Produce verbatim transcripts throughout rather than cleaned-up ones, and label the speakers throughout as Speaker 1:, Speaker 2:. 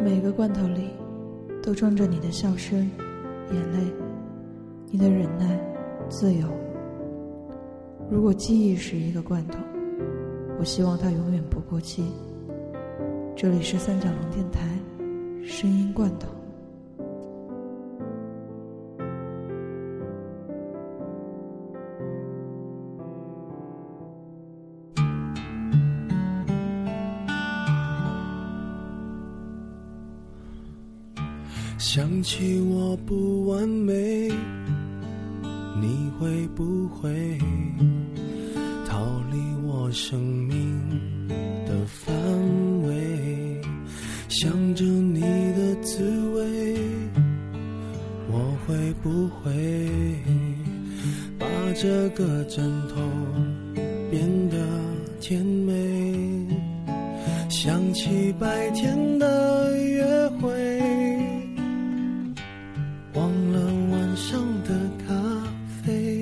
Speaker 1: 每个罐头里都装着你的笑声、眼泪，你的忍耐、自由。如果记忆是一个罐头，我希望它永远不过期。这里是三角龙电台，声音罐头。
Speaker 2: 想起我不完美，你会不会逃离我生命的范围？想着你的滋味，我会不会把这个枕头变得甜美？想起白天的约会，忘了晚上的咖啡，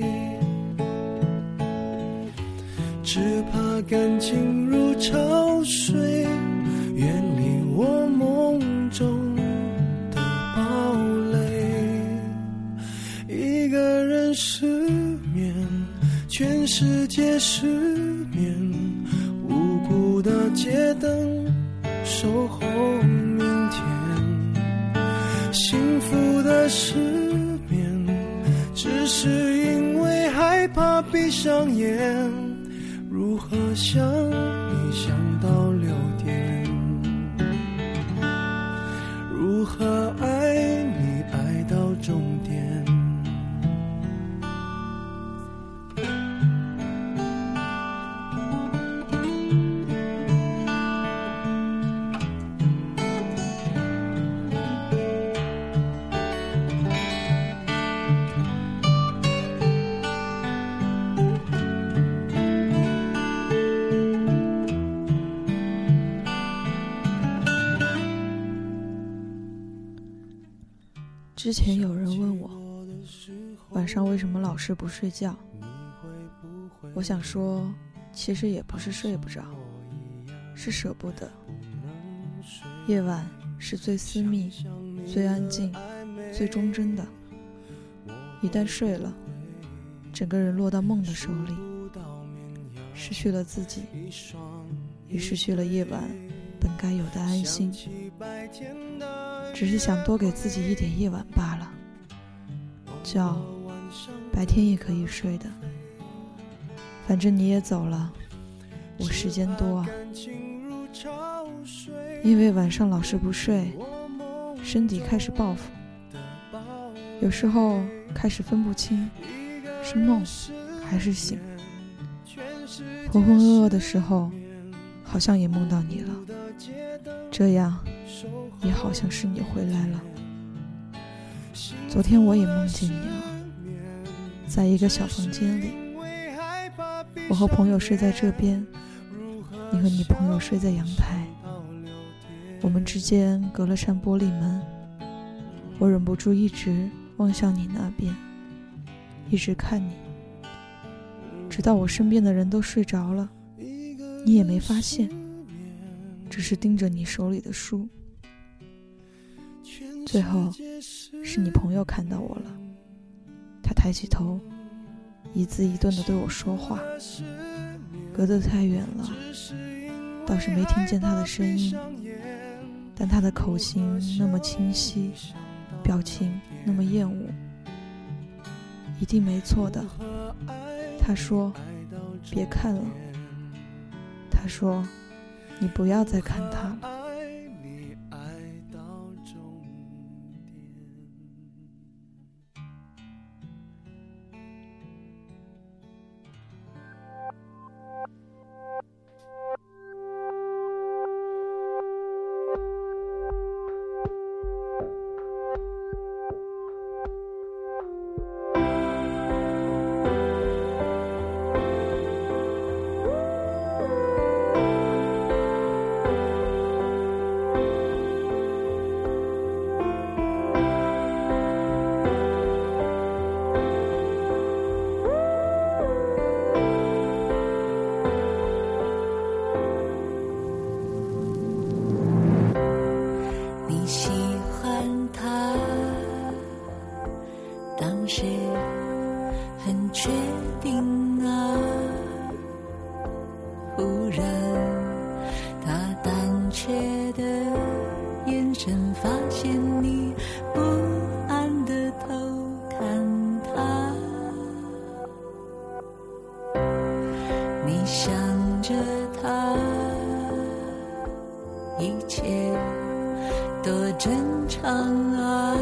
Speaker 2: 只怕感情如潮水，远离我梦中的堡垒。一个人失眠，全世界失眠，无辜的街灯守候明天。幸福的失眠，只是因为害怕闭上眼，如何想你想到六点，如何爱你爱到终点。
Speaker 1: 之前有人问我，晚上为什么老是不睡觉？我想说，其实也不是睡不着，是舍不得。夜晚是最私密、最安静、最忠贞的，一旦睡了，整个人落到梦的手里，失去了自己，也失去了夜晚本该有的安心。只是想多给自己一点夜晚罢了，觉白天也可以睡的，反正你也走了，我时间多啊。因为晚上老是不睡，身体开始报复，有时候开始分不清是梦还是醒，浑浑噩噩的时候好像也梦到你了，这样也好像是你回来了。昨天我也梦见你了，在一个小房间里，我和朋友睡在这边，你和你朋友睡在阳台，我们之间隔了扇玻璃门，我忍不住一直望向你那边，一直看你，直到我身边的人都睡着了，你也没发现，只是盯着你手里的书。最后是你朋友看到我了，他抬起头，一字一顿地对我说话，隔得太远了，倒是没听见他的声音，但他的口型那么清晰，表情那么厌恶，一定没错的。他说别看了，他说你不要再看他了。
Speaker 3: 你想着他，一切多正常啊。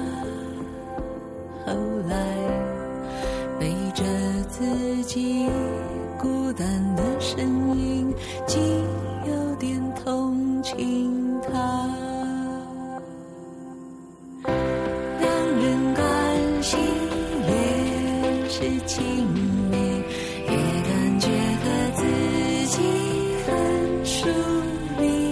Speaker 3: 后来背着自己孤单的身影，竟有点同情他。两人关系越是亲密，越感觉和自己很疏离，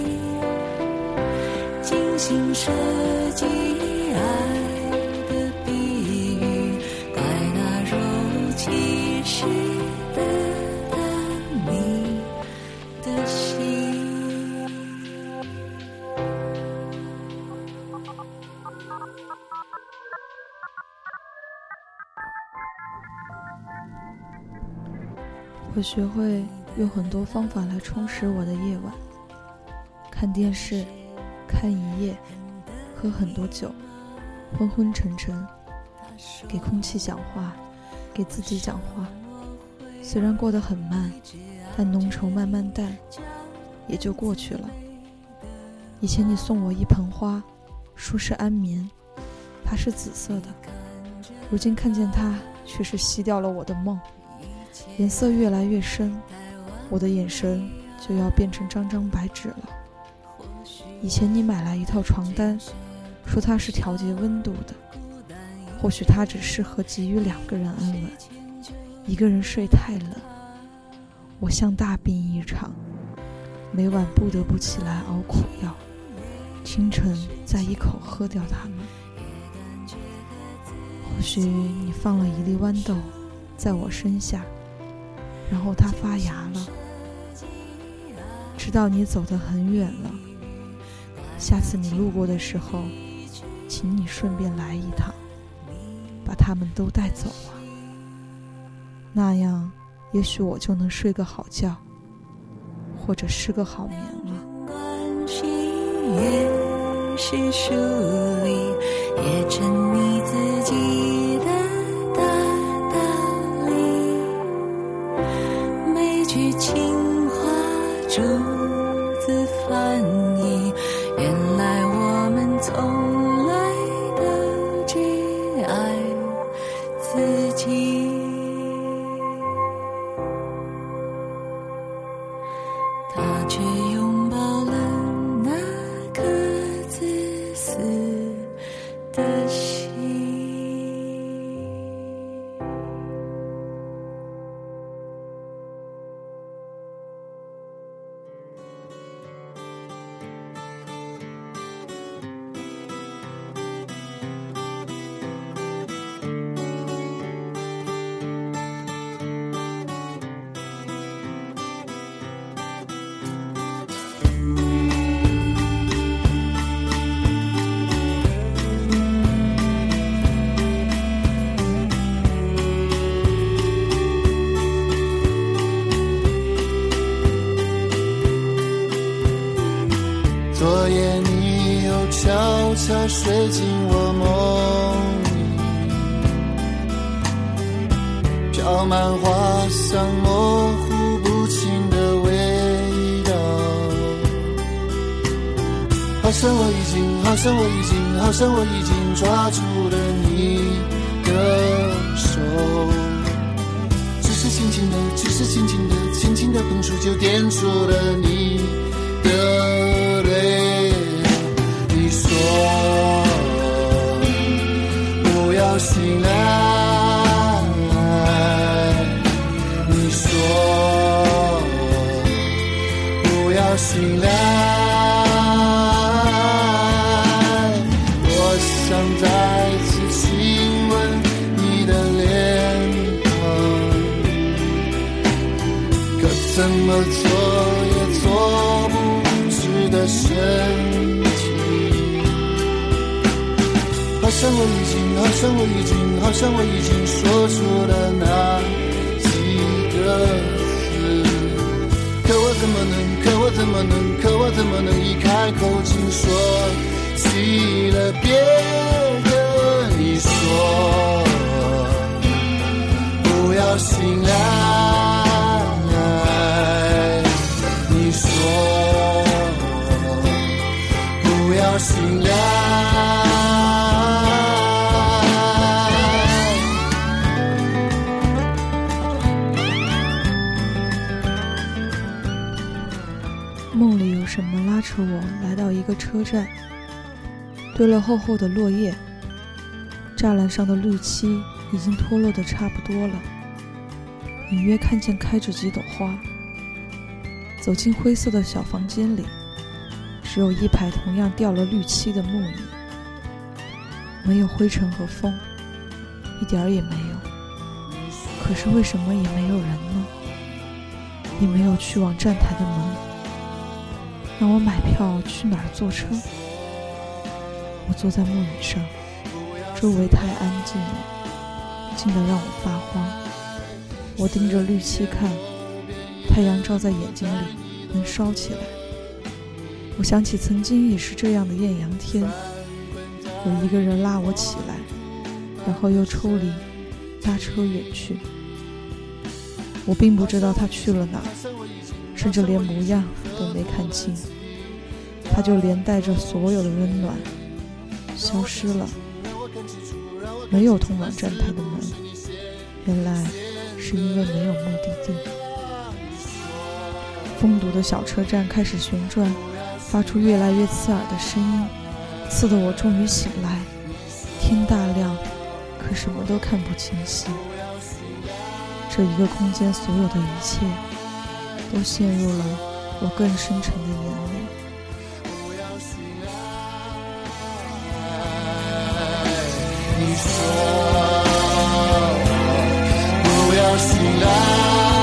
Speaker 3: 精心设计爱的比喻，怪那若无其事的他你的心。
Speaker 1: 我学会用很多方法来充实我的夜晚，看电视，看一夜，喝很多酒，昏昏沉沉，给空气讲话，给自己讲话。虽然过得很慢，但浓稠慢慢淡，也就过去了。以前你送我一盆花，说是安眠，它是紫色的，如今看见它，却是吸掉了我的梦。颜色越来越深，我的眼神就要变成张张白纸了。以前你买来一套床单，说它是调节温度的，或许它只适合给予两个人安稳，一个人睡太冷。我像大病一场，每晚不得不起来熬苦药，清晨再一口喝掉它们。或许你放了一粒豌豆在我身下，然后它发芽了，直到你走得很远了。下次你路过的时候，请你顺便来一趟，把它们都带走啊，那样也许我就能睡个好觉，或者失个好眠了。
Speaker 3: 关系越是疏离，也沉溺自己的大道理，每句情话逐字翻译，原来我们从来都只爱自己。他却拥抱了那颗自私的心。
Speaker 2: 昨夜你又悄悄睡进我梦里，飘满花香模糊不清的味道，好像我已经好像我已经好像我已经抓住了你的手，只是轻轻的只是轻轻的轻轻的碰触就点出了你的泪。你说不要醒来，你说不要醒来，我想再次亲吻你的脸庞，可怎么做也做不直的身体，好像我已经好像我已经好像我已经说出了那几个字，可我怎么能可我怎么能可我怎么能一开口竟说起了别的。你说不要醒来，
Speaker 1: 梦里有什么拉扯我来到一个车站，堆了厚厚的落叶，栅栏上的绿漆已经脱落得差不多了，隐约看见开着几朵花。走进灰色的小房间里，只有一排同样掉了绿漆的木椅，没有灰尘和风，一点儿也没有。可是为什么也没有人呢？也没有去往站台的门。让我买票去哪儿坐车？我坐在木椅上，周围太安静了，静得让我发慌。我盯着绿漆看，太阳照在眼睛里，能烧起来。我想起曾经也是这样的艳阳天，有一个人拉我起来，然后又抽离，搭车远去。我并不知道他去了哪儿，甚至连模样都没看清，他就连带着所有的温暖消失了。没有通往站台的门，原来是因为没有目的地。风毒的小车站开始旋转，发出越来越刺耳的声音，刺得我终于醒来。天大亮，可什么都看不清晰。这一个空间所有的一切都陷入了我更深沉的眼泪。
Speaker 2: 你说不要醒来，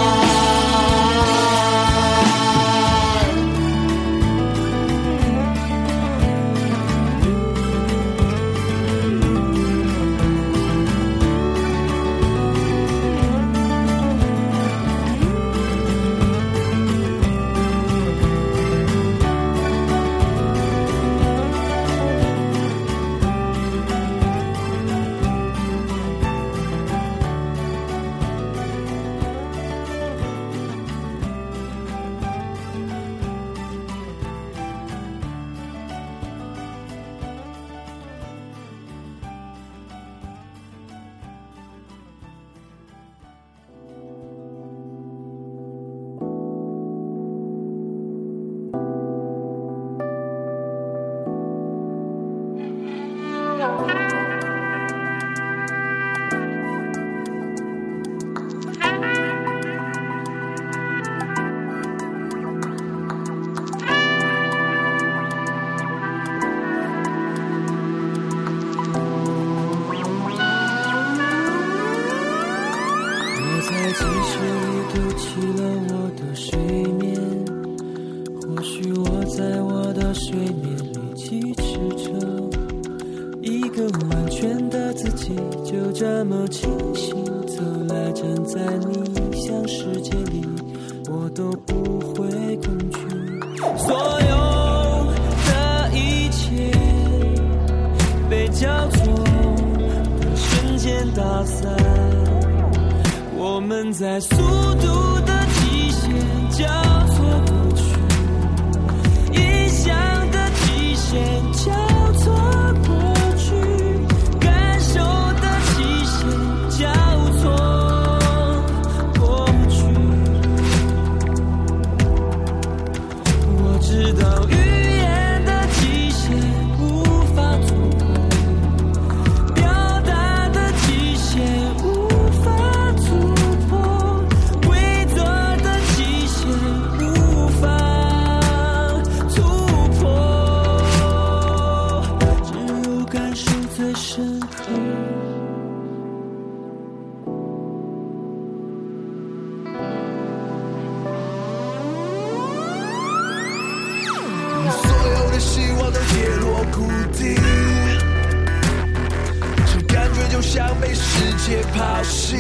Speaker 4: 在积雪里丢弃了我的睡眠，或许我在我的睡眠里疾驰着一个完全的自己，就这么清醒走来，站在你想世界里，我都不会恐惧。所有的一切被交错的瞬间打散，我们在速度的极限交错过去，影响的极限交错过去，感受的极限交错过去。我知道语言的极限无法突破，表达的极限无法突破，规则的极限无法突破，只有感受最深刻。
Speaker 2: 所有的希望都跌落谷底，这感觉就像被世界抛弃。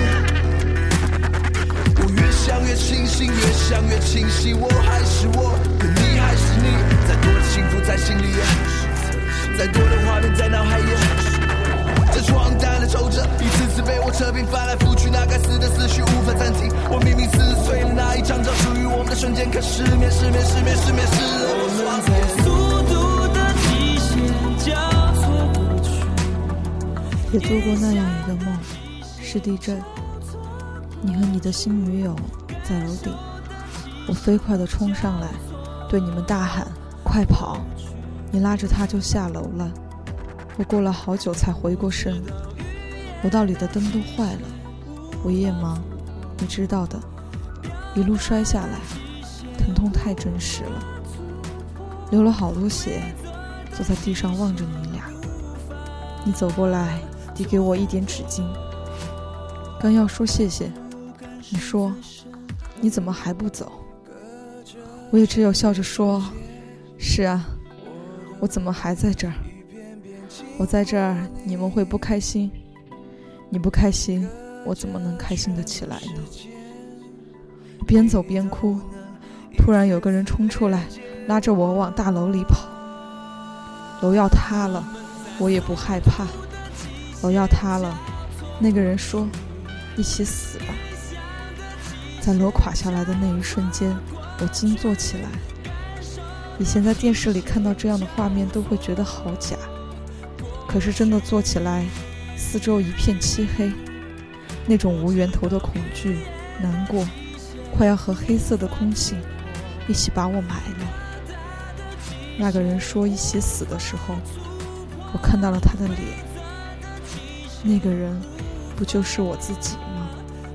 Speaker 2: 我越想越清醒，越想越清晰，我还是我，可你还是你。再多的幸福在心里，再多的画面在脑海里，这床单的皱褶一次次被我扯平，翻来覆去，那该死的思绪无法暂停。我明明撕碎了那一张照，属于我们的瞬间，可失眠失眠失眠失眠失了
Speaker 4: 我们在速度的极限交错过去。
Speaker 1: 也做过那样一个梦，是地震，你和你的新女友在楼顶，我飞快地冲上来， 对你们大喊快跑，你拉着他就下楼了。我过了好久才回过神，楼道里的灯都坏了，我夜盲，你知道的，一路摔下来，疼痛太真实了，流了好多血，坐在地上望着你俩。你走过来递给我一点纸巾，刚要说谢谢，你说你怎么还不走？我也只有笑着说，是啊，我怎么还在这儿？我在这儿你们会不开心，你不开心我怎么能开心得起来呢？边走边哭，突然有个人冲出来拉着我往大楼里跑。楼要塌了，我也不害怕。楼要塌了，那个人说一起死吧。在楼垮下来的那一瞬间，我惊坐起来。以前在电视里看到这样的画面都会觉得好假，可是真的坐起来，四周一片漆黑，那种无源头的恐惧、难过，快要和黑色的空气一起把我埋了。那个人说一起死的时候，我看到了他的脸，那个人不就是我自己吗？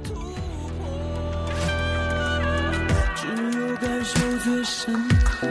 Speaker 4: 只有感受最深刻，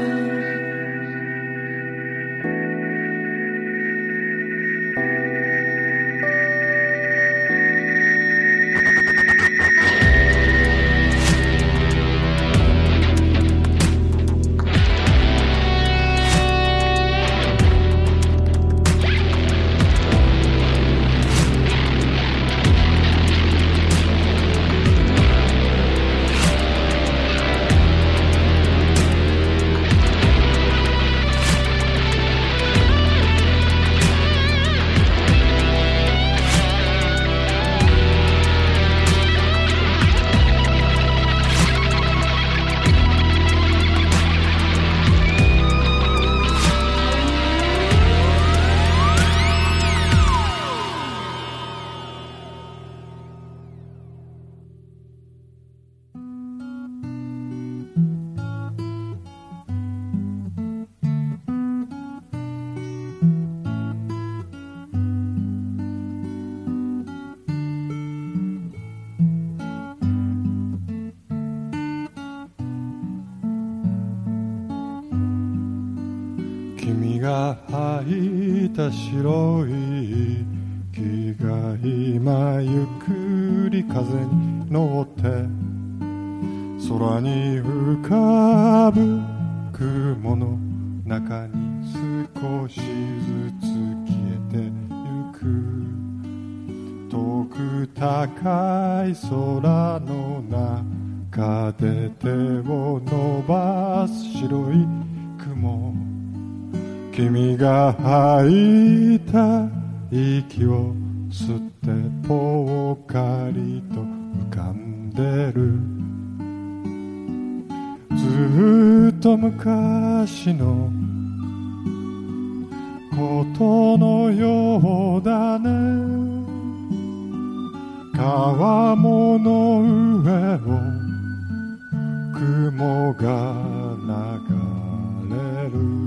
Speaker 5: 君が履いた白い木が今ゆっくり風に乗って空に浮かぶ雲の中に少しずつ消えてゆく遠く高い空の中で手を伸ばす白い雲君が吐いた息を吸ってぽっかりと浮かんでるずっと昔のことのようだね川面の上を雲が流れる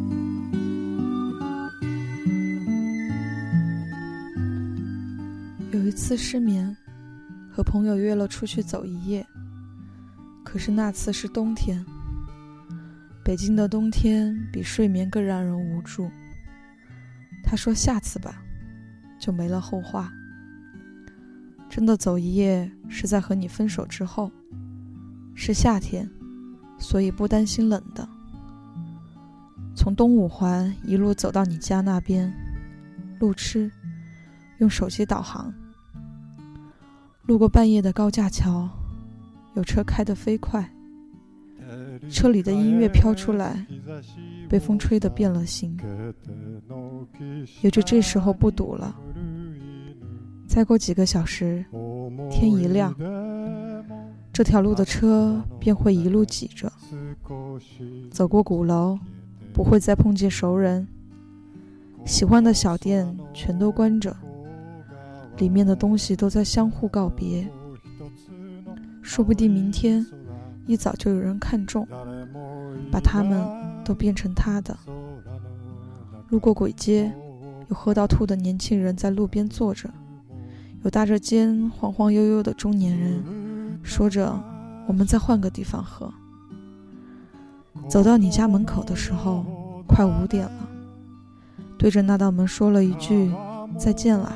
Speaker 1: 有一次失眠，和朋友约了出去走一夜，可是那次是冬天。北京的冬天比睡眠更让人无助。他说下次吧，就没了后话。真的走一夜是在和你分手之后，是夏天，所以不担心冷的。从东五环一路走到你家那边，路痴，用手机导航。路过半夜的高架桥，有车开得飞快，车里的音乐飘出来，被风吹得变了形。也就这时候不堵了，再过几个小时，天一亮，这条路的车便会一路挤着。走过鼓楼，不会再碰见熟人，喜欢的小店全都关着，里面的东西都在相互告别。说不定明天一早就有人看中，把它们都变成他的。路过簋街，有喝到吐的年轻人在路边坐着，有搭着肩晃晃悠悠的中年人，说着我们再换个地方喝。走到你家门口的时候，快五点了，对着那道门说了一句再见啦。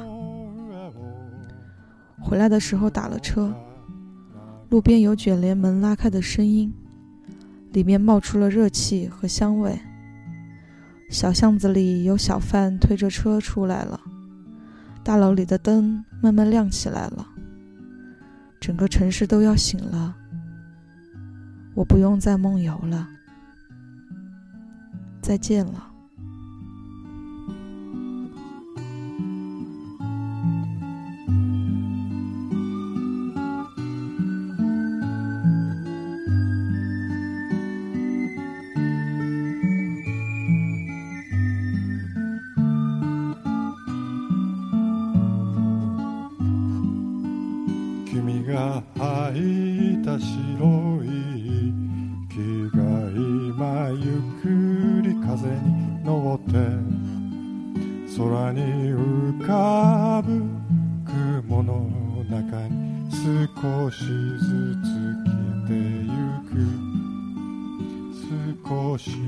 Speaker 1: 回来的时候打了车，路边有卷帘门拉开的声音，里面冒出了热气和香味。小巷子里有小贩推着车出来了，大楼里的灯慢慢亮起来了，整个城市都要醒了。我不用再梦游了，再见了。
Speaker 5: 君が履いた白い木が今ゆっくり風に乗って空に浮かぶ雲の中に少しずつ消えてゆく少し